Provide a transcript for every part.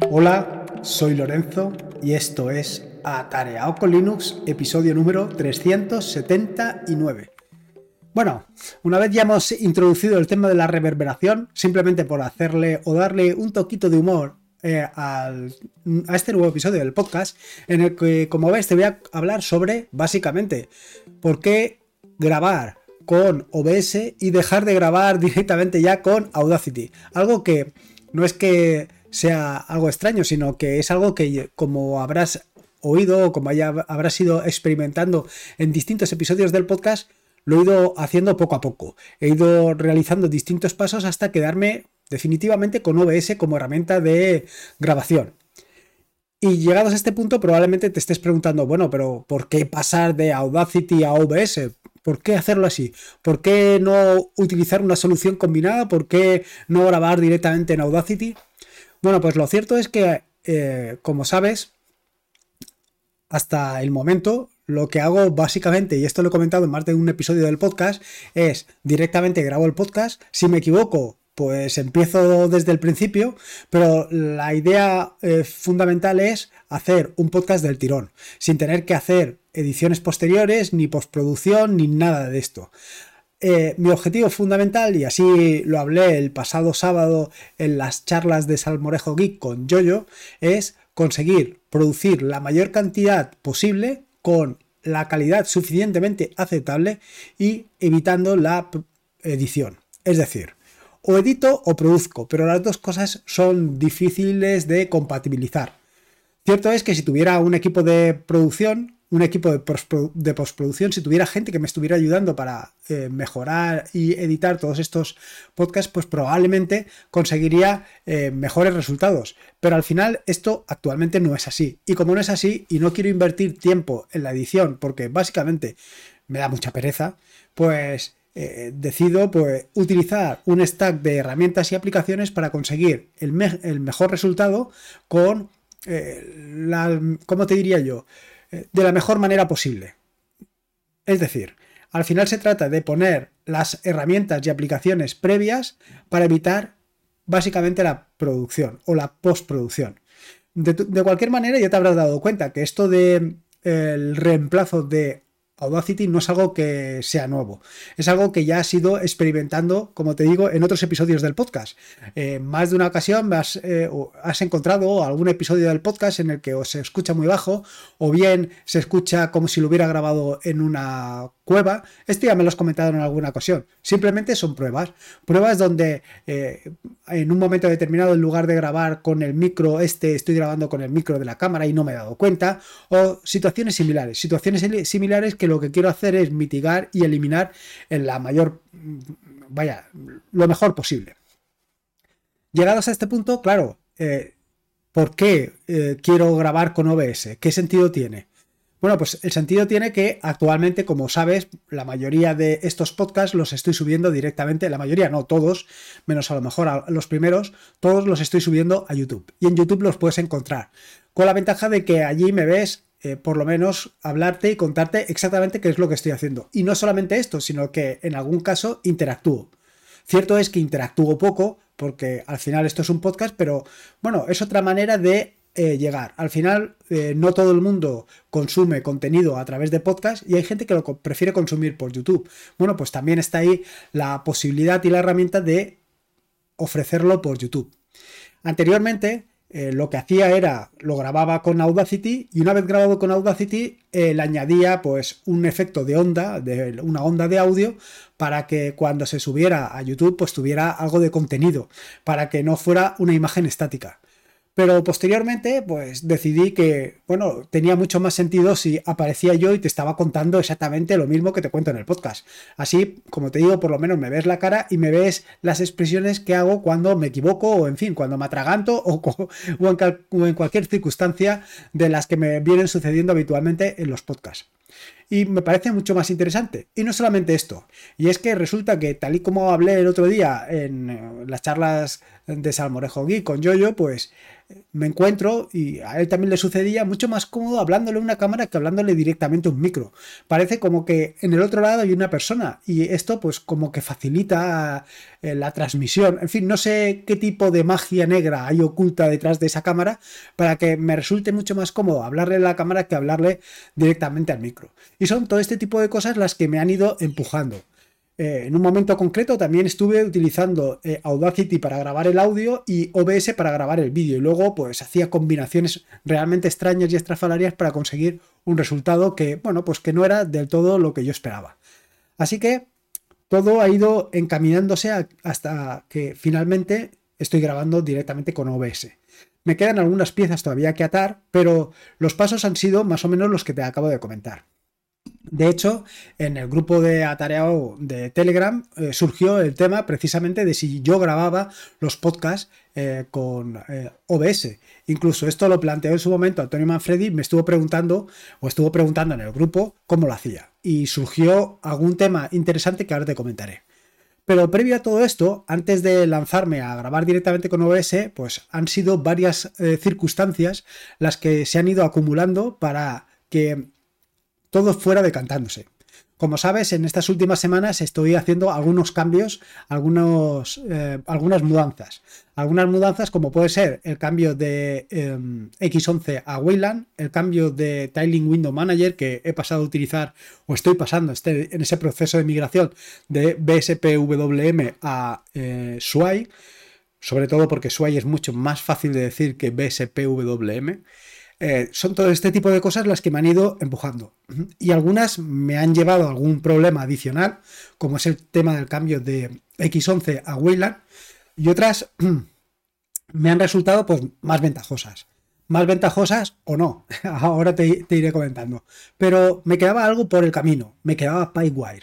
Hola, soy Lorenzo y esto es Atareado con Linux, episodio número 379. Bueno, una vez ya hemos introducido el tema de la reverberación, simplemente por hacerle o darle un toquito de humor a este nuevo episodio del podcast, en el que, como ves, te voy a hablar sobre, básicamente, por qué grabar con OBS y dejar de grabar directamente ya con Audacity. Algo que no es que sea algo extraño, sino que es algo que, como habrás oído o como ya habrás ido experimentando en distintos episodios del podcast, lo he ido haciendo poco a poco. He ido realizando distintos pasos hasta quedarme definitivamente con OBS como herramienta de grabación. Y llegados a este punto probablemente te estés preguntando, bueno, pero ¿por qué pasar de Audacity a OBS? ¿Por qué hacerlo así? ¿Por qué no utilizar una solución combinada? ¿Por qué no grabar directamente en Audacity? Bueno, pues lo cierto es que, como sabes, hasta el momento lo que hago básicamente, y esto lo he comentado en más de un episodio del podcast, es directamente grabo el podcast. Si me equivoco, pues empiezo desde el principio, pero la idea fundamental es hacer un podcast del tirón, sin tener que hacer ediciones posteriores, ni postproducción, ni nada de esto. Mi objetivo fundamental, y así lo hablé el pasado sábado en las charlas de Salmorejo Geek con Yoyo, es conseguir producir la mayor cantidad posible con la calidad suficientemente aceptable y evitando la edición. Es decir, o edito o produzco, pero las dos cosas son difíciles de compatibilizar. Cierto es que si tuviera un equipo de producción, un equipo de postproducción, si tuviera gente que me estuviera ayudando para mejorar y editar todos estos podcasts, pues probablemente conseguiría mejores resultados. Pero al final esto actualmente no es así. Y como no es así y no quiero invertir tiempo en la edición porque básicamente me da mucha pereza, pues decido pues utilizar un stack de herramientas y aplicaciones para conseguir el mejor resultado con ¿cómo te diría yo? De la mejor manera posible. Es decir, al final se trata de poner las herramientas y aplicaciones previas para evitar básicamente la producción o la postproducción. De cualquier manera ya te habrás dado cuenta que esto de el reemplazo de Audacity no es algo que sea nuevo, es algo que ya has ido experimentando, como te digo, en otros episodios del podcast. Más de una ocasión has encontrado algún episodio del podcast en el que o se escucha muy bajo o bien se escucha como si lo hubiera grabado en una cueva. Esto ya me lo has comentado en alguna ocasión. Simplemente son pruebas donde en un momento determinado, en lugar de grabar con el micro estoy grabando con el micro de la cámara y no me he dado cuenta, o situaciones similares que lo que quiero hacer es mitigar y eliminar en la mayor, lo mejor posible. Llegados a este punto, claro, ¿por qué quiero grabar con OBS? ¿Qué sentido tiene? Bueno, pues el sentido tiene que actualmente, como sabes, la mayoría de estos podcasts los estoy subiendo directamente, la mayoría no, todos, menos a lo mejor a los primeros, todos los estoy subiendo a YouTube. Y en YouTube los puedes encontrar, con la ventaja de que allí me ves por lo menos hablarte y contarte exactamente qué es lo que estoy haciendo. Y no solamente esto, sino que en algún caso interactúo. Cierto es que interactúo poco, porque al final esto es un podcast, pero bueno, es otra manera de llegar. Al final no todo el mundo consume contenido a través de podcast y hay gente que lo prefiere consumir por YouTube. Bueno, pues también está ahí la posibilidad y la herramienta de ofrecerlo por YouTube. Anteriormente lo que hacía era, lo grababa con Audacity y una vez grabado con Audacity le añadía pues un efecto de onda, una onda de audio para que cuando se subiera a YouTube pues tuviera algo de contenido, para que no fuera una imagen estática. Pero posteriormente pues decidí que, bueno, tenía mucho más sentido si aparecía yo y te estaba contando exactamente lo mismo que te cuento en el podcast. Así, como te digo, por lo menos me ves la cara y me ves las expresiones que hago cuando me equivoco o, en fin, cuando me atraganto o en cualquier circunstancia de las que me vienen sucediendo habitualmente en los podcasts. y me parece mucho más interesante. Y no solamente esto, y es que resulta que tal y como hablé el otro día en las charlas de Salmorejo Geek con Yoyo, pues me encuentro, y a él también le sucedía, mucho más cómodo hablándole a una cámara que hablándole directamente a un micro. Parece como que en el otro lado hay una persona y esto pues como que facilita la transmisión. En fin, no sé qué tipo de magia negra hay oculta detrás de esa cámara para que me resulte mucho más cómodo hablarle a la cámara que hablarle directamente al micro. Y son todo este tipo de cosas las que me han ido empujando. En un momento concreto también estuve utilizando Audacity para grabar el audio y OBS para grabar el vídeo, y luego pues hacía combinaciones realmente extrañas y estrafalarias para conseguir un resultado que, bueno, pues que no era del todo lo que yo esperaba. Así que todo ha ido encaminándose hasta que finalmente estoy grabando directamente con OBS. Me quedan algunas piezas todavía que atar, pero los pasos han sido más o menos los que te acabo de comentar. De hecho, en el grupo de Atareado de Telegram surgió el tema precisamente de si yo grababa los podcasts con OBS. Incluso esto lo planteó en su momento Antonio Manfredi, me estuvo preguntando en el grupo cómo lo hacía. Y surgió algún tema interesante que ahora te comentaré. Pero previo a todo esto, antes de lanzarme a grabar directamente con OBS, pues han sido varias circunstancias las que se han ido acumulando para que todo fuera decantándose. Como sabes, en estas últimas semanas estoy haciendo algunos cambios, algunas mudanzas. Algunas mudanzas como puede ser el cambio de X11 a Wayland, el cambio de Tiling Window Manager que he pasado a utilizar o estoy pasando en ese proceso de migración de BSPWM a SWI, sobre todo porque SWI es mucho más fácil de decir que BSPWM. Son todo este tipo de cosas las que me han ido empujando, y algunas me han llevado a algún problema adicional, como es el tema del cambio de X11 a Wayland, y otras me han resultado pues más ventajosas o no. Ahora te iré comentando, pero me quedaba algo por el camino, me quedaba Pipewire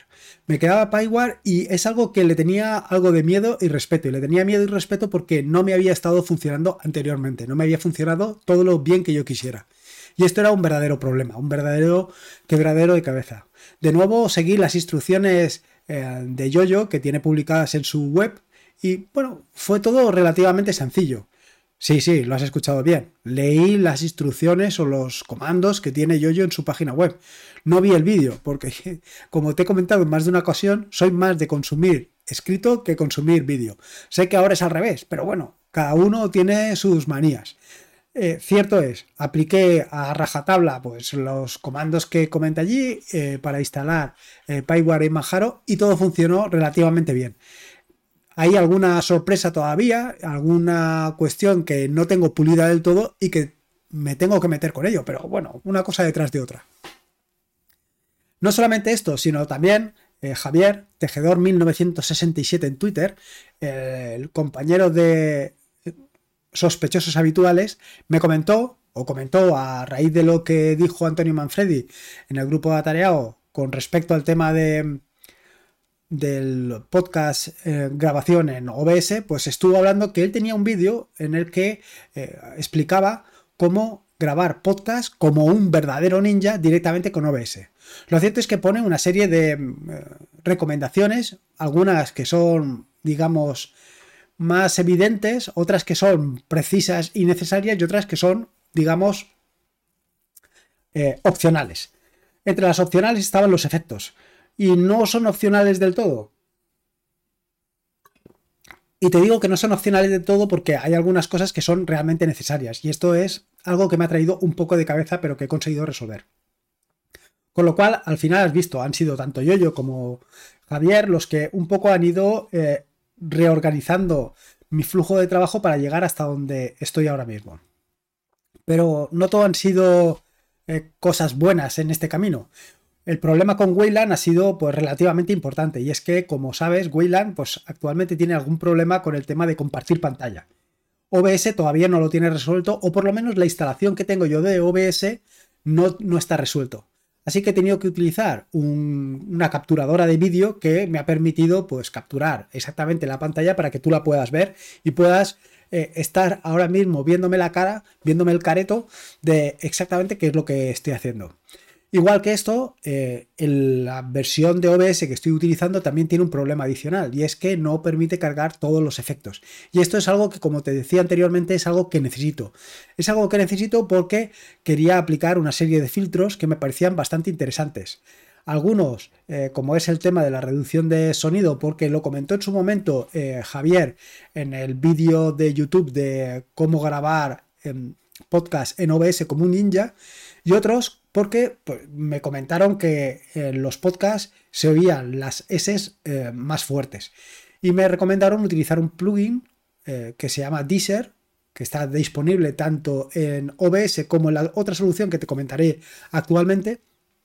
y es algo que le tenía algo de miedo y respeto, y le tenía miedo y respeto porque no me había estado funcionando anteriormente, no me había funcionado todo lo bien que yo quisiera, y esto era un verdadero problema, un verdadero quebradero de cabeza. De nuevo seguí las instrucciones de Yoyo que tiene publicadas en su web, y bueno, fue todo relativamente sencillo. Sí, lo has escuchado bien. Leí las instrucciones o los comandos que tiene Yoyo en su página web. No vi el vídeo porque, como te he comentado en más de una ocasión, soy más de consumir escrito que consumir vídeo. Sé que ahora es al revés, pero bueno, cada uno tiene sus manías. Cierto es, apliqué a rajatabla pues los comandos que comenta allí para instalar Pipewire y Manjaro, y todo funcionó relativamente bien. Hay alguna sorpresa todavía, alguna cuestión que no tengo pulida del todo y que me tengo que meter con ello, pero bueno, una cosa detrás de otra. No solamente esto, sino también Javier, Tejedor 1967 en Twitter, el compañero de sospechosos habituales, me comentó a raíz de lo que dijo Antonio Manfredi en el grupo de Atareado con respecto al tema del podcast grabación en OBS, pues estuvo hablando que él tenía un vídeo en el que explicaba cómo grabar podcast como un verdadero ninja directamente con OBS. Lo cierto es que pone una serie de recomendaciones, algunas que son, digamos, más evidentes, otras que son precisas y necesarias, y otras que son, digamos, opcionales. Entre las opcionales estaban los efectos, y no son opcionales del todo. Y te digo que no son opcionales del todo porque hay algunas cosas que son realmente necesarias, y esto es algo que me ha traído un poco de cabeza, pero que he conseguido resolver. Con lo cual, al final has visto, han sido tanto Yoyo como Javier los que un poco han ido reorganizando mi flujo de trabajo para llegar hasta donde estoy ahora mismo. Pero no todo han sido cosas buenas en este camino. El problema con Wayland ha sido pues relativamente importante, y es que, como sabes, Wayland pues actualmente tiene algún problema con el tema de compartir pantalla. OBS todavía no lo tiene resuelto, o por lo menos la instalación que tengo yo de OBS no está resuelto. Así que he tenido que utilizar una capturadora de vídeo que me ha permitido pues capturar exactamente la pantalla para que tú la puedas ver y puedas estar ahora mismo viéndome la cara, viéndome el careto de exactamente qué es lo que estoy haciendo. Igual que esto, la versión de OBS que estoy utilizando también tiene un problema adicional y es que no permite cargar todos los efectos. Y esto es algo que, como te decía anteriormente, es algo que necesito. Es algo que necesito porque quería aplicar una serie de filtros que me parecían bastante interesantes. Algunos, como es el tema de la reducción de sonido, porque lo comentó en su momento Javier en el vídeo de YouTube de cómo grabar podcast en OBS como un ninja, y otros porque pues, me comentaron que en los podcasts se oían las S más fuertes. Y me recomendaron utilizar un plugin que se llama Deezer, que está disponible tanto en OBS como en la otra solución que te comentaré actualmente.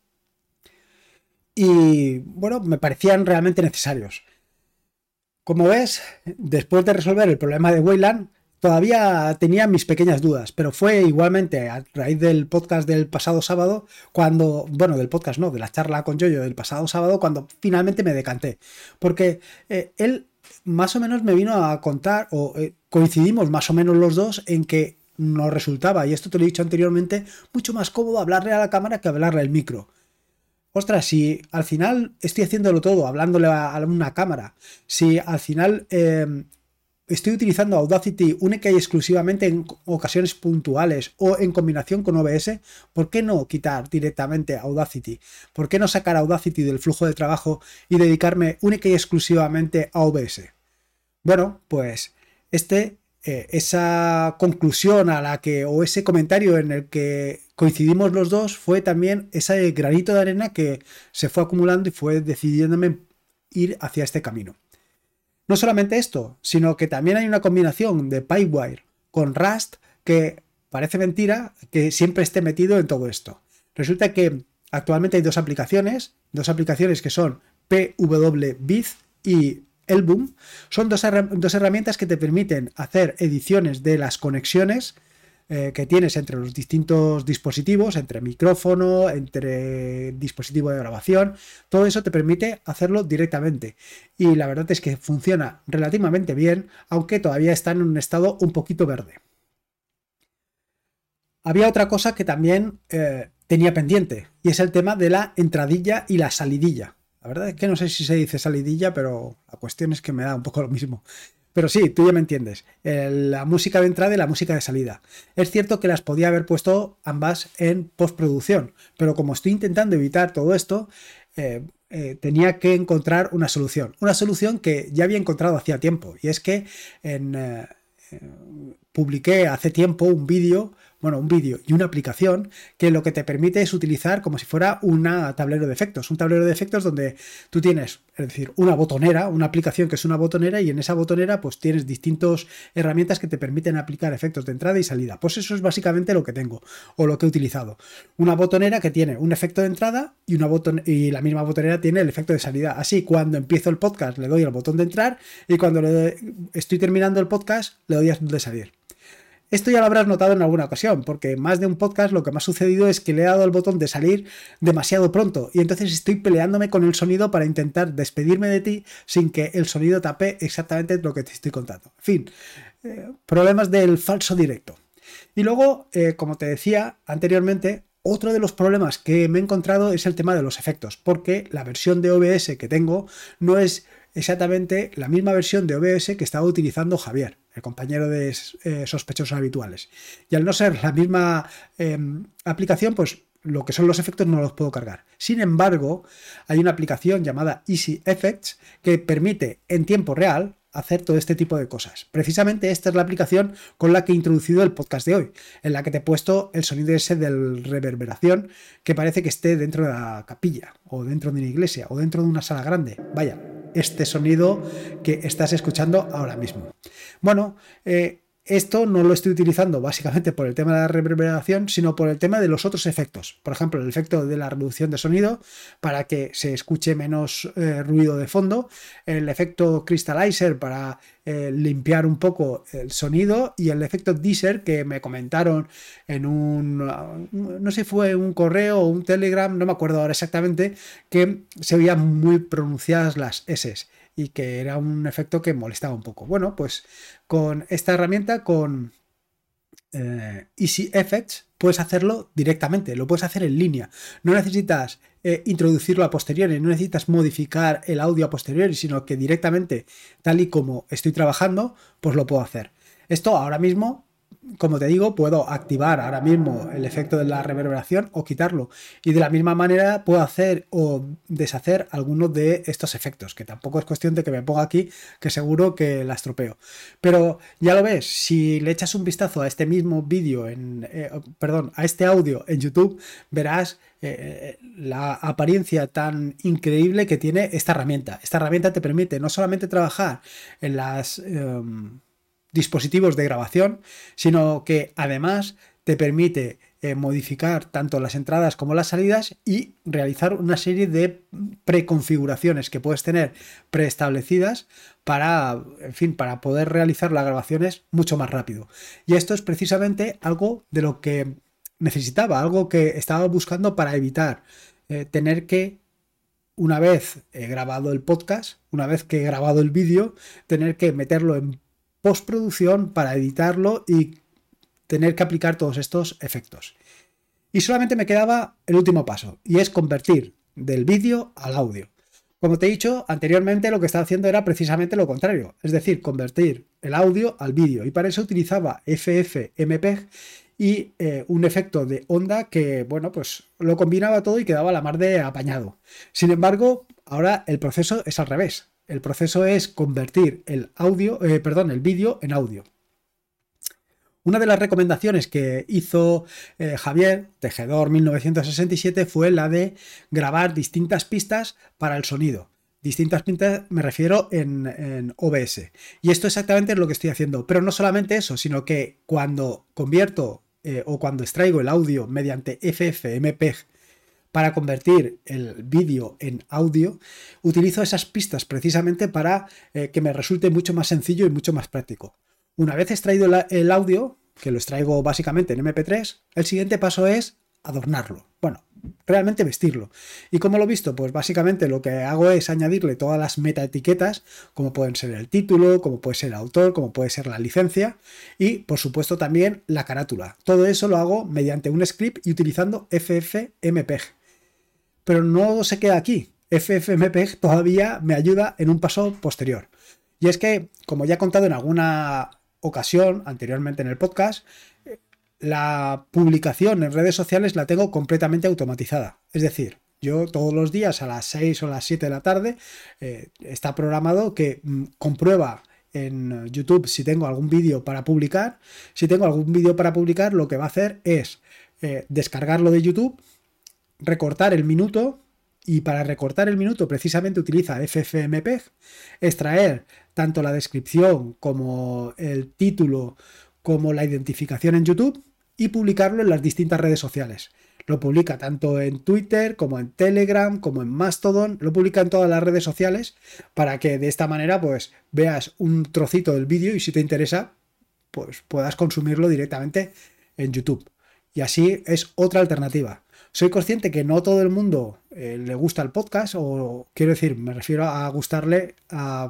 Y bueno, me parecían realmente necesarios. Como ves, después de resolver el problema de Wayland, todavía tenía mis pequeñas dudas, pero fue igualmente a raíz del podcast del pasado sábado, cuando, bueno, del podcast no, de la charla con Yoyo del pasado sábado, cuando finalmente me decanté. Porque él más o menos me vino a contar, o coincidimos más o menos los dos en que nos resultaba, y esto te lo he dicho anteriormente, mucho más cómodo hablarle a la cámara que hablarle al micro. Ostras, si al final estoy haciéndolo todo, hablándole a una cámara, si al final estoy utilizando Audacity única y exclusivamente en ocasiones puntuales o en combinación con OBS, ¿por qué no quitar directamente Audacity? ¿Por qué no sacar Audacity del flujo de trabajo y dedicarme única y exclusivamente a OBS? Bueno, pues esa conclusión a la que, o ese comentario en el que coincidimos los dos, fue también ese granito de arena que se fue acumulando y fue decidiéndome ir hacia este camino. No solamente esto, sino que también hay una combinación de Pipewire con Rust que parece mentira que siempre esté metido en todo esto. Resulta que actualmente hay dos aplicaciones que son PWBiz y Elboom. Son dos herramientas que te permiten hacer ediciones de las conexiones que tienes entre los distintos dispositivos, entre micrófono, entre dispositivo de grabación. Todo eso te permite hacerlo directamente. Y la verdad es que funciona relativamente bien, aunque todavía está en un estado un poquito verde. Había otra cosa que también tenía pendiente, y es el tema de la entradilla y la salidilla. La verdad es que no sé si se dice salidilla, pero la cuestión es que me da un poco lo mismo. Pero sí, tú ya me entiendes. La música de entrada y la música de salida. Es cierto que las podía haber puesto ambas en postproducción, pero como estoy intentando evitar todo esto, tenía que encontrar una solución. Una solución que ya había encontrado hacía tiempo. Y es que publiqué hace tiempo un vídeo y una aplicación que lo que te permite es utilizar como si fuera un tablero de efectos. Un tablero de efectos donde tú tienes, es decir, una botonera, una aplicación que es una botonera, y en esa botonera pues tienes distintas herramientas que te permiten aplicar efectos de entrada y salida. Pues eso es básicamente lo que tengo o lo que he utilizado. Una botonera que tiene un efecto de entrada y la misma botonera tiene el efecto de salida. Así, cuando empiezo el podcast le doy al botón de entrar y cuando estoy terminando el podcast le doy al de salir. Esto ya lo habrás notado en alguna ocasión, porque más de un podcast lo que me ha sucedido es que le he dado el botón de salir demasiado pronto y entonces estoy peleándome con el sonido para intentar despedirme de ti sin que el sonido tape exactamente lo que te estoy contando. En fin, problemas del falso directo. Y luego, como te decía anteriormente, otro de los problemas que me he encontrado es el tema de los efectos, porque la versión de OBS que tengo no es exactamente la misma versión de OBS que estaba utilizando Javier, el compañero de sospechosos habituales. Y al no ser la misma aplicación, pues lo que son los efectos no los puedo cargar. Sin embargo, hay una aplicación llamada Easy Effects que permite en tiempo real hacer todo este tipo de cosas. Precisamente esta es la aplicación con la que he introducido el podcast de hoy, en la que te he puesto el sonido ese de reverberación que parece que esté dentro de la capilla, o dentro de una iglesia, o dentro de una sala grande. Vaya, este sonido que estás escuchando ahora mismo. Bueno, esto no lo estoy utilizando básicamente por el tema de la reverberación, sino por el tema de los otros efectos. Por ejemplo, el efecto de la reducción de sonido para que se escuche menos ruido de fondo, el efecto crystallizer para limpiar un poco el sonido, y el efecto Deezer que me comentaron en no sé si fue un correo o un Telegram, no me acuerdo ahora exactamente, que se oían muy pronunciadas las S y que era un efecto que molestaba un poco. Bueno, pues con esta herramienta, con Easy Effects, puedes hacerlo directamente, lo puedes hacer en línea. No necesitas introducirlo a posteriori, no necesitas modificar el audio a posteriori, sino que directamente, tal y como estoy trabajando, pues lo puedo hacer. Esto ahora mismo, como te digo, puedo activar ahora mismo el efecto de la reverberación o quitarlo. Y de la misma manera puedo hacer o deshacer algunos de estos efectos, que tampoco es cuestión de que me ponga aquí, que seguro que la estropeo. Pero ya lo ves, si le echas un vistazo a este mismo vídeo, a este audio en YouTube, verás la apariencia tan increíble que tiene esta herramienta. Esta herramienta te permite no solamente trabajar en las dispositivos de grabación, sino que además te permite modificar tanto las entradas como las salidas y realizar una serie de preconfiguraciones que puedes tener preestablecidas para, en fin, para poder realizar las grabaciones mucho más rápido. Y esto es precisamente algo de lo que necesitaba, algo que estaba buscando para evitar tener que, una vez he grabado el podcast, una vez que he grabado el vídeo, tener que meterlo en postproducción para editarlo y tener que aplicar todos estos efectos. Y solamente me quedaba el último paso, y es convertir del vídeo al audio. Como te he dicho anteriormente, lo que estaba haciendo era precisamente lo contrario, es decir, convertir el audio al vídeo, y para eso utilizaba FFmpeg y un efecto de onda que, bueno, pues lo combinaba todo y quedaba la mar de apañado. Sin embargo, ahora el proceso es al revés. El proceso es convertir el vídeo en audio. Una de las recomendaciones que hizo Javier, Tejedor 1967, fue la de grabar distintas pistas para el sonido. Distintas pistas me refiero en OBS. Y esto exactamente es lo que estoy haciendo. Pero no solamente eso, sino que cuando convierto o cuando extraigo el audio mediante FFmpeg para convertir el vídeo en audio, utilizo esas pistas precisamente para que me resulte mucho más sencillo y mucho más práctico. Una vez extraído el audio, que lo extraigo básicamente en MP3, el siguiente paso es adornarlo. Bueno, realmente vestirlo. ¿Y cómo lo he visto? Pues básicamente lo que hago es añadirle todas las metaetiquetas, como pueden ser el título, como puede ser el autor, como puede ser la licencia y, por supuesto, también la carátula. Todo eso lo hago mediante un script y utilizando FFmpeg. Pero no se queda aquí. FFmpeg todavía me ayuda en un paso posterior. Y es que, como ya he contado en alguna ocasión anteriormente en el podcast, la publicación en redes sociales la tengo completamente automatizada. Es decir, yo todos los días a las 6 o las 7 de la tarde está programado que comprueba en YouTube si tengo algún vídeo para publicar. Si tengo algún vídeo para publicar, lo que va a hacer es descargarlo de YouTube, recortar el minuto, y para recortar el minuto precisamente utiliza FFmpeg, extraer tanto la descripción como el título como la identificación en YouTube y publicarlo en las distintas redes sociales. Lo publica tanto en Twitter como en Telegram como en Mastodon, lo publica en todas las redes sociales para que de esta manera pues veas un trocito del vídeo y si te interesa pues puedas consumirlo directamente en YouTube. Y así es otra alternativa. Soy consciente que no todo el mundo le gusta el podcast, o quiero decir, me refiero a gustarle a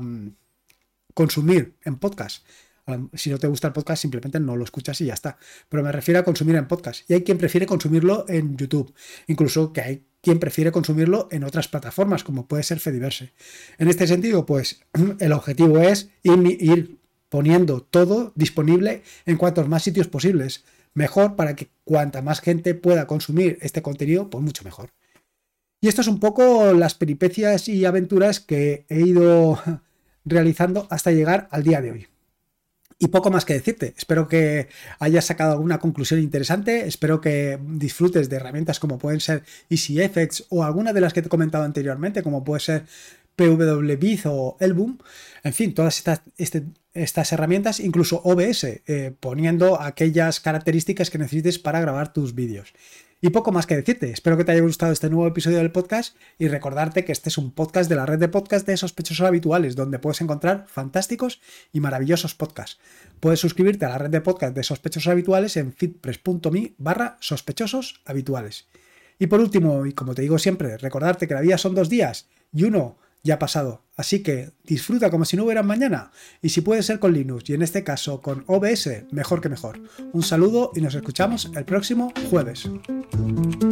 consumir en podcast. Si no te gusta el podcast, simplemente no lo escuchas y ya está. Pero me refiero a consumir en podcast. Y hay quien prefiere consumirlo en YouTube. Incluso que hay quien prefiere consumirlo en otras plataformas, como puede ser Fediverse. En este sentido, pues el objetivo es ir poniendo todo disponible en cuantos más sitios posibles. Mejor para que cuanta más gente pueda consumir este contenido, pues mucho mejor. Y esto es un poco las peripecias y aventuras que he ido realizando hasta llegar al día de hoy. Y poco más que decirte. Espero que hayas sacado alguna conclusión interesante. Espero que disfrutes de herramientas como pueden ser EasyFX o alguna de las que te he comentado anteriormente, como puede ser PWBiz o Elboom. En fin, todas estas herramientas, incluso OBS, poniendo aquellas características que necesites para grabar tus vídeos. Y poco más que decirte. Espero que te haya gustado este nuevo episodio del podcast y recordarte que este es un podcast de la red de podcast de Sospechosos Habituales, donde puedes encontrar fantásticos y maravillosos podcasts. Puedes suscribirte a la red de podcast de Sospechosos Habituales en feedpress.me/sospechosos habituales. Y por último, y como te digo siempre, recordarte que la vida son 2 días y uno ya ha pasado. Así que disfruta como si no hubiera mañana. Y si puede ser con Linux, y en este caso con OBS, mejor que mejor. Un saludo y nos escuchamos el próximo jueves.